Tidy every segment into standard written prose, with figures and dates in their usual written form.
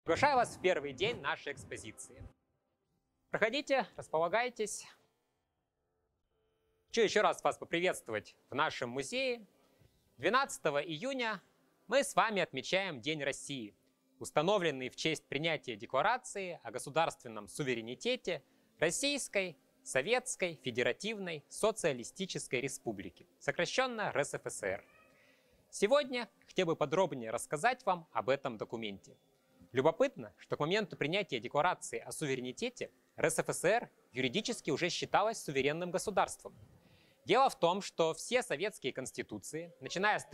Приглашаю вас в первый день нашей экспозиции. Проходите, располагайтесь. Хочу еще раз вас поприветствовать в нашем музее. 12 июня мы с вами отмечаем День России, установленный в честь принятия Декларации о государственном суверенитете Российской Советской Федеративной Социалистической Республики, сокращенно РСФСР. Сегодня хотел бы подробнее рассказать вам об этом документе. Любопытно, что к моменту принятия Декларации о суверенитете РСФСР юридически уже считалась суверенным государством. Дело в том, что все советские конституции, начиная с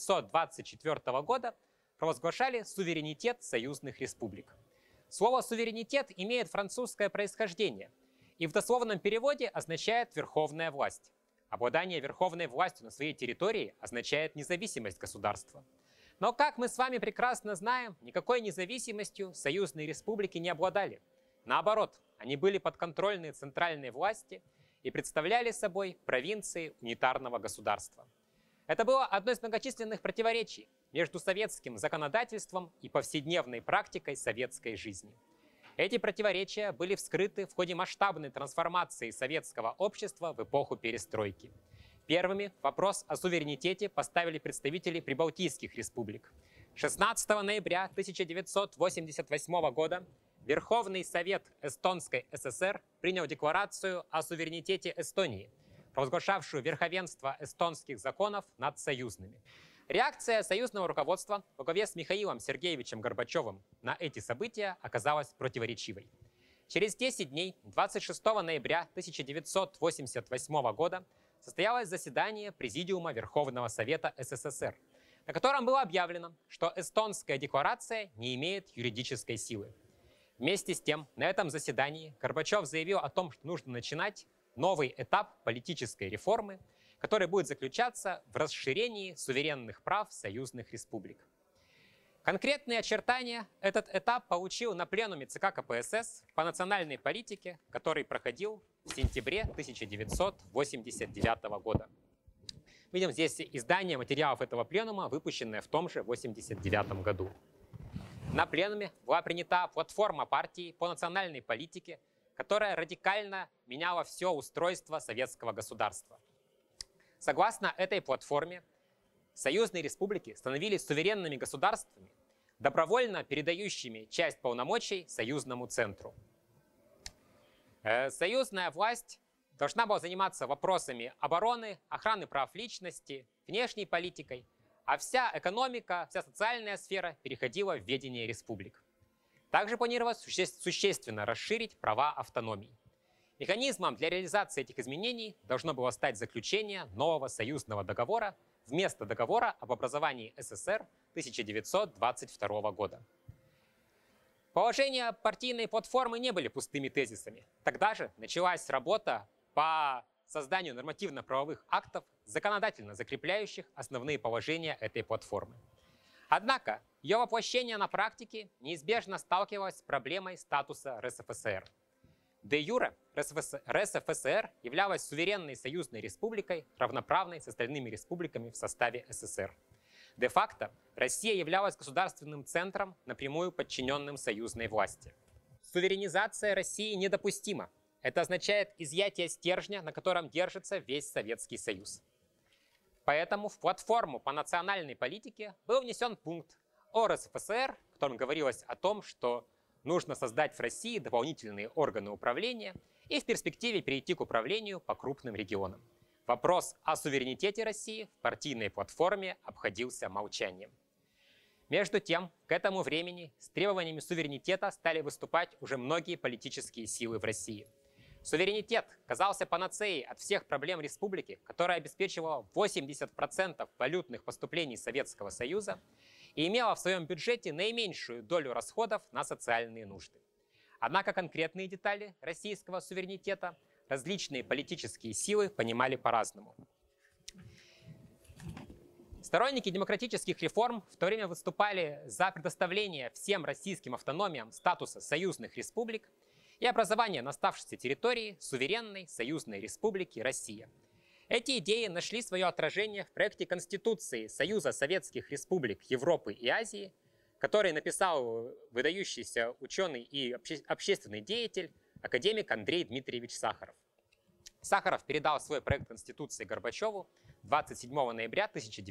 1924 года, провозглашали суверенитет союзных республик. Слово «суверенитет» имеет французское происхождение и в дословном переводе означает «верховная власть». Обладание верховной властью на своей территории означает независимость государства. Но, как мы с вами прекрасно знаем, никакой независимостью союзные республики не обладали. Наоборот, они были подконтрольны центральной власти и представляли собой провинции унитарного государства. Это было одно из многочисленных противоречий между советским законодательством и повседневной практикой советской жизни. Эти противоречия были вскрыты в ходе масштабной трансформации советского общества в эпоху перестройки. Первыми вопрос о суверенитете поставили представители прибалтийских республик. 16 ноября 1988 года Верховный Совет Эстонской ССР принял Декларацию о суверенитете Эстонии, провозглашавшую верховенство эстонских законов над союзными. Реакция союзного руководства во главе с Михаилом Сергеевичем Горбачевым на эти события оказалась противоречивой. Через 10 дней, 26 ноября 1988 года, состоялось заседание Президиума Верховного Совета СССР, на котором было объявлено, что Эстонская декларация не имеет юридической силы. Вместе с тем, на этом заседании Горбачев заявил о том, что нужно начинать новый этап политической реформы, который будет заключаться в расширении суверенных прав союзных республик. Конкретные очертания этот этап получил на пленуме ЦК КПСС по национальной политике, который проходил в сентябре 1989 года. Видим здесь издание материалов этого пленума, выпущенное в том же 1989 году. На пленуме была принята платформа партии по национальной политике, которая радикально меняла все устройство советского государства. Согласно этой платформе, союзные республики становились суверенными государствами, добровольно передающими часть полномочий союзному центру. Союзная власть должна была заниматься вопросами обороны, охраны прав личности, внешней политикой, а вся экономика, вся социальная сфера переходила в ведение республик. Также планировалось существенно расширить права автономии. Механизмом для реализации этих изменений должно было стать заключение нового союзного договора вместо договора об образовании СССР 1922 года. Положения партийной платформы не были пустыми тезисами. Тогда же началась работа по созданию нормативно-правовых актов, законодательно закрепляющих основные положения этой платформы. Однако ее воплощение на практике неизбежно сталкивалось с проблемой статуса РСФСР. Де юре РСФСР являлась суверенной союзной республикой, равноправной с остальными республиками в составе СССР. Де-факто Россия являлась государственным центром, напрямую подчиненным союзной власти. Суверенизация России недопустима. Это означает изъятие стержня, на котором держится весь Советский Союз. Поэтому в платформу по национальной политике был внесен пункт о РСФСР, в котором говорилось о том, что нужно создать в России дополнительные органы управления и в перспективе перейти к управлению по крупным регионам. Вопрос о суверенитете России в партийной платформе обходился молчанием. Между тем, к этому времени с требованиями суверенитета стали выступать уже многие политические силы в России. Суверенитет казался панацеей от всех проблем республики, которая обеспечивала 80% валютных поступлений Советского Союза и имела в своем бюджете наименьшую долю расходов на социальные нужды. Однако конкретные детали российского суверенитета различные политические силы понимали по-разному. Сторонники демократических реформ в то время выступали за предоставление всем российским автономиям статуса союзных республик и образование на оставшейся территории суверенной союзной республики Россия. Эти идеи нашли свое отражение в проекте Конституции Союза Советских Республик Европы и Азии, который написал выдающийся ученый и общественный деятель, академик Андрей Дмитриевич Сахаров. Сахаров передал свой проект Конституции Горбачеву 27 ноября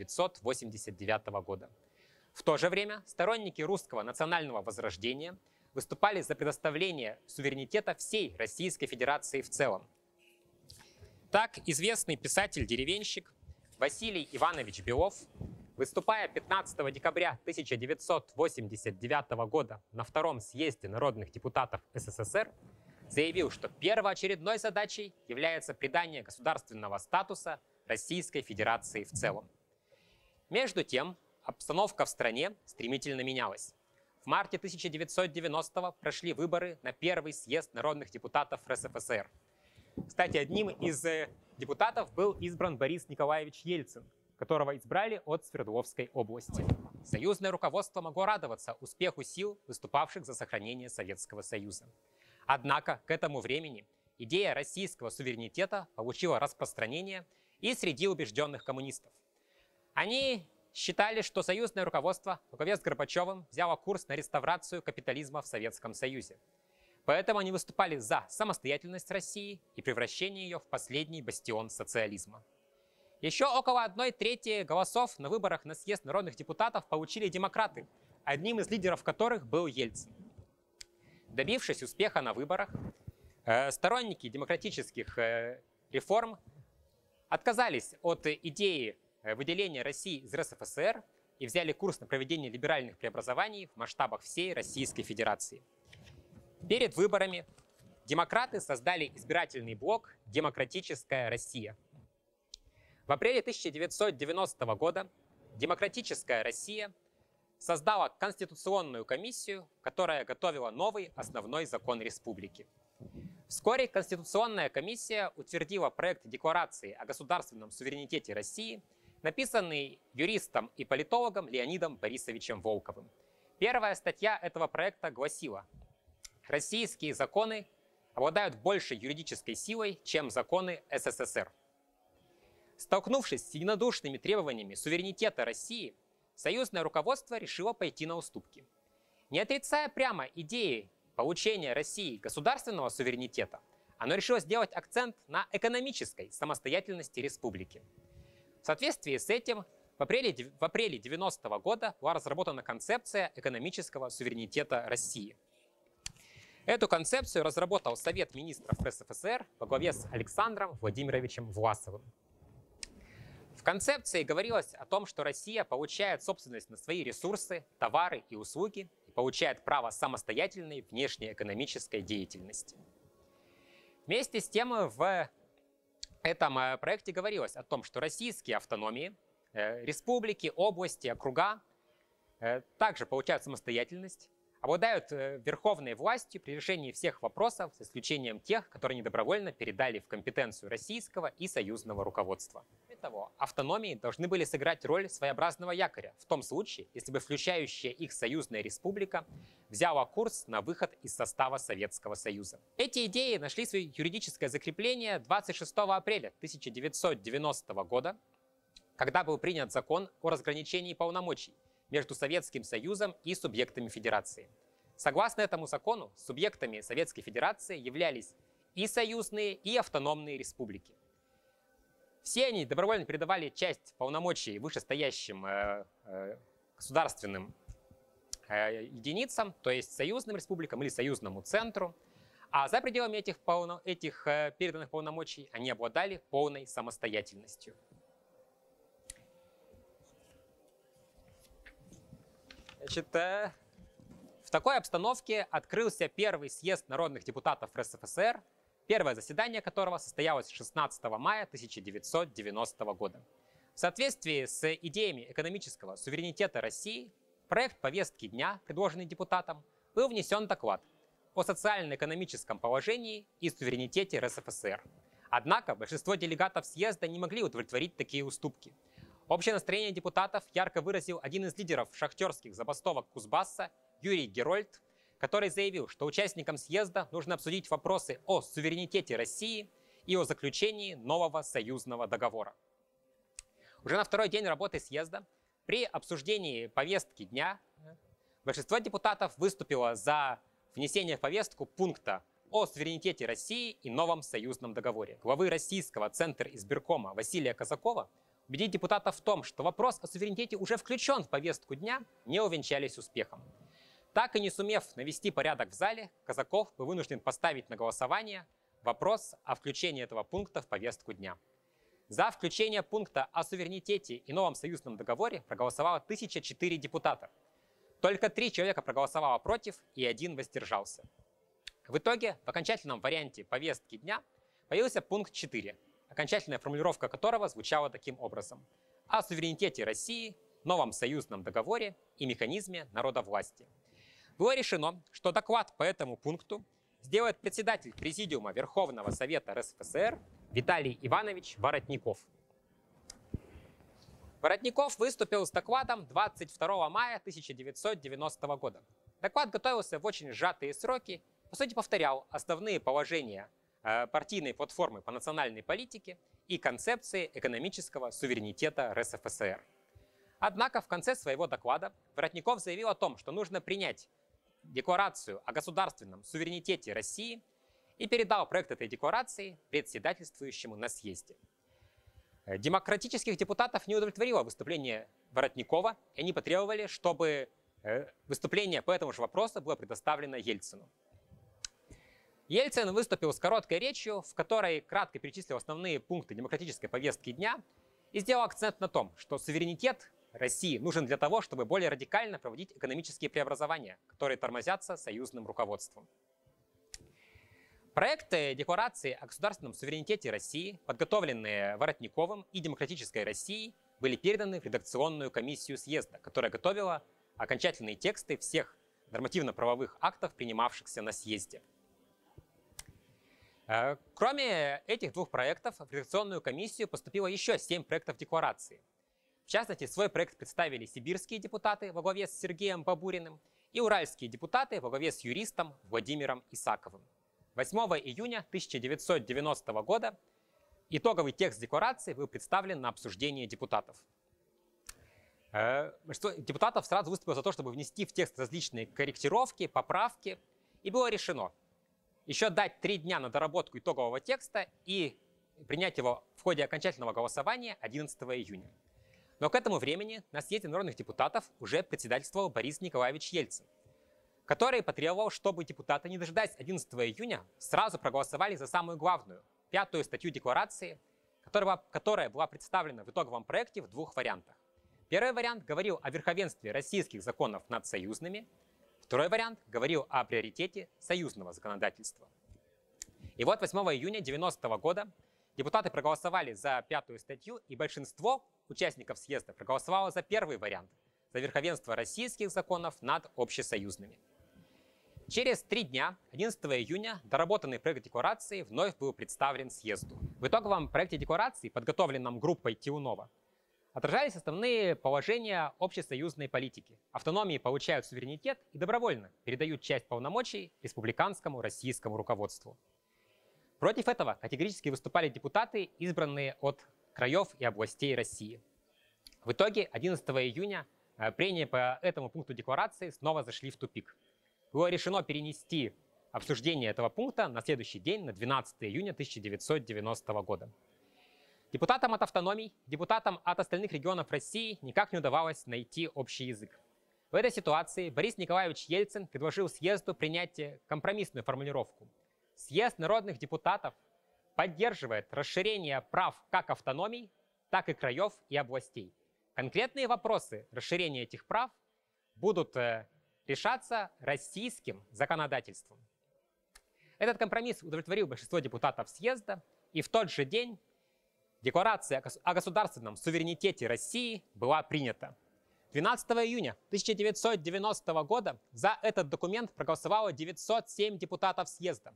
1989 года. В то же время сторонники русского национального возрождения выступали за предоставление суверенитета всей Российской Федерации в целом. Так, известный писатель-деревенщик Василий Иванович Белов, выступая 15 декабря 1989 года на Втором съезде народных депутатов СССР, заявил, что первоочередной задачей является придание государственного статуса Российской Федерации в целом. Между тем, обстановка в стране стремительно менялась. В марте 1990-го прошли выборы на Первый съезд народных депутатов РСФСР. Кстати, одним из депутатов был избран Борис Николаевич Ельцин, которого избрали от Свердловской области. Союзное руководство могло радоваться успеху сил, выступавших за сохранение Советского Союза. Однако к этому времени идея российского суверенитета получила распространение и среди убежденных коммунистов. Они считали, что союзное руководство во главе с Горбачевым взяло курс на реставрацию капитализма в Советском Союзе. Поэтому они выступали за самостоятельность России и превращение ее в последний бастион социализма. Еще около 1/3 голосов на выборах на съезд народных депутатов получили демократы, одним из лидеров которых был Ельцин. Добившись успеха на выборах, сторонники демократических реформ отказались от идеи выделения России из РСФСР и взяли курс на проведение либеральных преобразований в масштабах всей Российской Федерации. Перед выборами демократы создали избирательный блок «Демократическая Россия». В апреле 1990 года «Демократическая Россия» создала Конституционную комиссию, которая готовила новый основной закон республики. Вскоре Конституционная комиссия утвердила проект Декларации о государственном суверенитете России, написанный юристом и политологом Леонидом Борисовичем Волковым. Первая статья этого проекта гласила: «Российские законы обладают большей юридической силой, чем законы СССР». Столкнувшись с единодушными требованиями суверенитета России, союзное руководство решило пойти на уступки. Не отрицая прямо идеи получения России государственного суверенитета, оно решило сделать акцент на экономической самостоятельности республики. В соответствии с этим в апреле 1990 года была разработана концепция экономического суверенитета России. Эту концепцию разработал Совет министров РСФСР во главе с Александром Владимировичем Власовым. В концепции говорилось о том, что Россия получает собственность на свои ресурсы, товары и услуги и получает право самостоятельной внешнеэкономической деятельности. Вместе с тем в этом проекте говорилось о том, что российские автономии, республики, области, округа также получают самостоятельность, обладают верховной властью при решении всех вопросов, с исключением тех, которые они добровольно передали в компетенцию российского и союзного руководства. Кроме того, автономии должны были сыграть роль своеобразного якоря в том случае, если бы включающая их союзная республика взяла курс на выход из состава Советского Союза. Эти идеи нашли свое юридическое закрепление 26 апреля 1990 года, когда был принят закон о разграничении полномочий между Советским Союзом и субъектами Федерации. Согласно этому закону, субъектами Советской Федерации являлись и союзные, и автономные республики. Все они добровольно передавали часть полномочий вышестоящим государственным единицам, то есть союзным республикам или союзному центру, а за пределами этих переданных полномочий они обладали полной самостоятельностью. Значит, в такой обстановке открылся первый съезд народных депутатов РСФСР, первое заседание которого состоялось 16 мая 1990 года. В соответствии с идеями экономического суверенитета России, в проект повестки дня, предложенный депутатам, был внесен доклад о социально-экономическом положении и суверенитете РСФСР. Однако большинство делегатов съезда не могли удовлетворить такие уступки. Общее настроение депутатов ярко выразил один из лидеров шахтерских забастовок Кузбасса Юрий Герольд, который заявил, что участникам съезда нужно обсудить вопросы о суверенитете России и о заключении нового союзного договора. Уже на второй день работы съезда при обсуждении повестки дня большинство депутатов выступило за внесение в повестку пункта о суверенитете России и новом союзном договоре. Главы Российского Центризбиркома Василия Казакова убедить депутатов в том, что вопрос о суверенитете уже включен в повестку дня, не увенчались успехом. Так и не сумев навести порядок в зале, Казаков был вынужден поставить на голосование вопрос о включении этого пункта в повестку дня. За включение пункта о суверенитете и новом союзном договоре проголосовало 1004 депутата. Только 3 человека проголосовало против и 1 воздержался. В итоге в окончательном варианте повестки дня появился пункт 4, окончательная формулировка которого звучала таким образом: о суверенитете России, новом союзном договоре и механизме народовластия. Было решено, что доклад по этому пункту сделает председатель Президиума Верховного Совета РСФСР Виталий Иванович Воротников. Воротников выступил с докладом 22 мая 1990 года. Доклад готовился в очень сжатые сроки, по сути повторял основные положения партийной платформы по национальной политике и концепции экономического суверенитета РСФСР. Однако в конце своего доклада Воротников заявил о том, что нужно принять декларацию о государственном суверенитете России и передал проект этой декларации председательствующему на съезде. Демократических депутатов не удовлетворило выступление Воротникова, и они потребовали, чтобы выступление по этому же вопросу было предоставлено Ельцину. Ельцин выступил с короткой речью, в которой кратко перечислил основные пункты демократической повестки дня и сделал акцент на том, что суверенитет России нужен для того, чтобы более радикально проводить экономические преобразования, которые тормозятся союзным руководством. Проекты декларации о государственном суверенитете России, подготовленные Воротниковым и Демократической Россией, были переданы в редакционную комиссию съезда, которая готовила окончательные тексты всех нормативно-правовых актов, принимавшихся на съезде. Кроме этих 2 проектов, в редакционную комиссию поступило еще 7 проектов декларации. В частности, свой проект представили сибирские депутаты во главе с Сергеем Бабуриным и уральские депутаты во главе с юристом Владимиром Исаковым. 8 июня 1990 года итоговый текст декларации был представлен на обсуждение депутатов. Большинство депутатов сразу выступило за то, чтобы внести в текст различные корректировки, поправки, и было решено еще дать 3 дня на доработку итогового текста и принять его в ходе окончательного голосования 11 июня. Но к этому времени на съезде народных депутатов уже председательствовал Борис Николаевич Ельцин, который потребовал, чтобы депутаты, не дожидаясь 11 июня, сразу проголосовали за самую главную, 5-ю статью декларации, которая была представлена в итоговом проекте в 2 вариантах. Первый вариант говорил о верховенстве российских законов над союзными, второй вариант говорил о приоритете союзного законодательства. И вот 8 июня 1990 года депутаты проголосовали за 5-ю статью, и большинство участников съезда проголосовало за первый вариант, за верховенство российских законов над общесоюзными. Через 3 дня, 11 июня, доработанный проект декларации вновь был представлен съезду. В итоговом проекте декларации, подготовленном группой Тиунова, отражались основные положения общесоюзной политики. Автономии получают суверенитет и добровольно передают часть полномочий республиканскому российскому руководству. Против этого категорически выступали депутаты, избранные от краев и областей России. В итоге 11 июня прения по этому пункту декларации снова зашли в тупик. Было решено перенести обсуждение этого пункта на следующий день, на 12 июня 1990 года. Депутатам от автономий, депутатам от остальных регионов России никак не удавалось найти общий язык. В этой ситуации Борис Николаевич Ельцин предложил съезду принять компромиссную формулировку. Съезд народных депутатов поддерживает расширение прав как автономий, так и краев и областей. Конкретные вопросы расширения этих прав будут решаться российским законодательством. Этот компромисс удовлетворил большинство депутатов съезда, и в тот же день Декларация о государственном суверенитете России была принята. 12 июня 1990 года за этот документ проголосовало 907 депутатов съезда.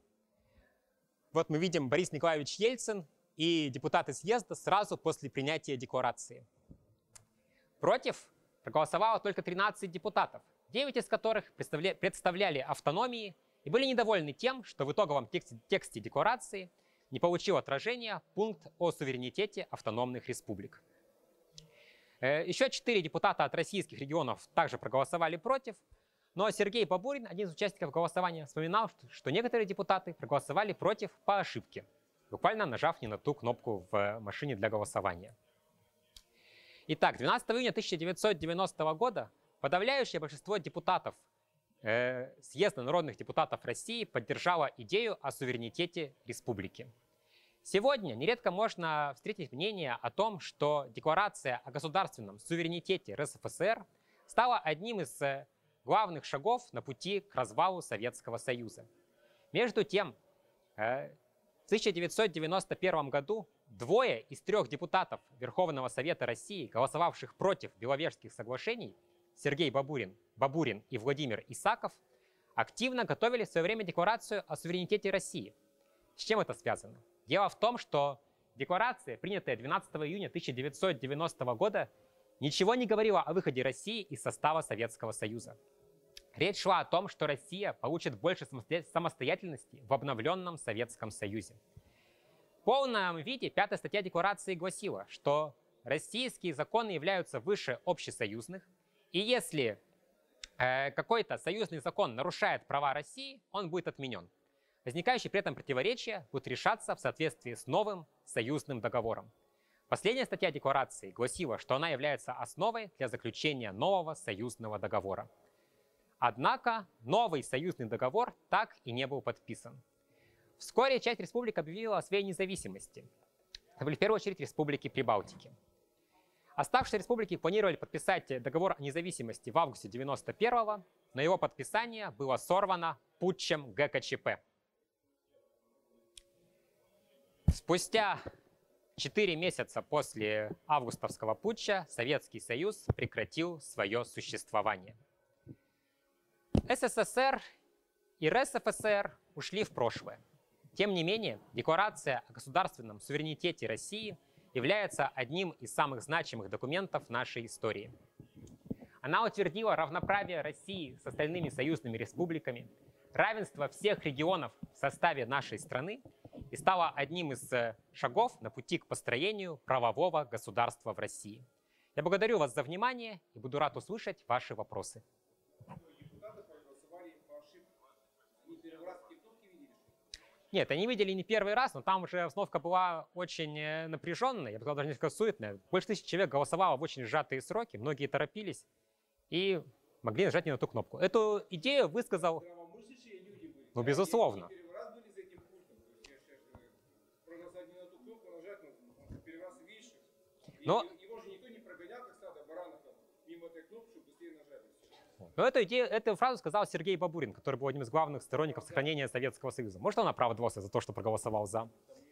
Вот мы видим Борис Николаевич Ельцин и депутаты съезда сразу после принятия декларации. Против проголосовало только 13 депутатов, 9 из которых представляли автономии и были недовольны тем, что в итоговом тексте декларации не получил отражения пункт о суверенитете автономных республик. Еще 4 депутата от российских регионов также проголосовали против, Но Сергей Бабурин, один из участников голосования, вспоминал, что некоторые депутаты проголосовали против по ошибке, буквально нажав не на ту кнопку в машине для голосования. Итак, 12 июня 1990 года подавляющее большинство депутатов Съезда народных депутатов России поддержало идею о суверенитете республики. Сегодня нередко можно встретить мнение о том, что Декларация о государственном суверенитете РСФСР стала одним из главных шагов на пути к развалу Советского Союза. Между тем, в 1991 году двое из 3 депутатов Верховного Совета России, голосовавших против Беловежских соглашений, Сергей Бабурин и Владимир Исаков, активно готовили в свое время Декларацию о суверенитете России. С чем это связано? Дело в том, что декларация, принятая 12 июня 1990 года, ничего не говорила о выходе России из состава Советского Союза. Речь шла о том, что Россия получит больше самостоятельности в обновленном Советском Союзе. В полном виде 5-я статья декларации гласила, что российские законы являются выше общесоюзных, и если какой-то союзный закон нарушает права России, он будет отменен. Возникающие при этом противоречия будут решаться в соответствии с новым союзным договором. Последняя статья декларации гласила, что она является основой для заключения нового союзного договора. Однако новый союзный договор так и не был подписан. Вскоре часть республик объявила о своей независимости. Это были в первую очередь республики Прибалтики. Оставшиеся республики планировали подписать договор о независимости в августе 1991-го, но его подписание было сорвано путчем ГКЧП. Спустя 4 месяца после августовского путча Советский Союз прекратил свое существование. СССР и РСФСР ушли в прошлое. Тем не менее, Декларация о государственном суверенитете России является одним из самых значимых документов нашей истории. Она утвердила равноправие России с остальными союзными республиками, равенство всех регионов в составе нашей страны и стала одним из шагов на пути к построению правового государства в России. Я благодарю вас за внимание и буду рад услышать ваши вопросы. Нет, они видели не первый раз, но там уже обстановка была очень напряженная, я бы сказал, даже несколько суетная. Больше 1000 человек голосовало в очень сжатые сроки, многие торопились и могли нажать не на ту кнопку. Эту идею высказал... Ну, безусловно. Но... Но эту фразу сказал Сергей Бабурин, который был одним из главных сторонников сохранения Советского Союза. Может, он оправдывался за то, что проголосовал за?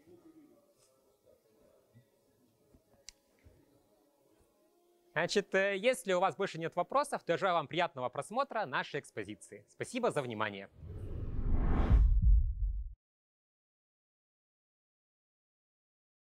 Значит, если у вас больше нет вопросов, то я желаю вам приятного просмотра нашей экспозиции. Спасибо за внимание.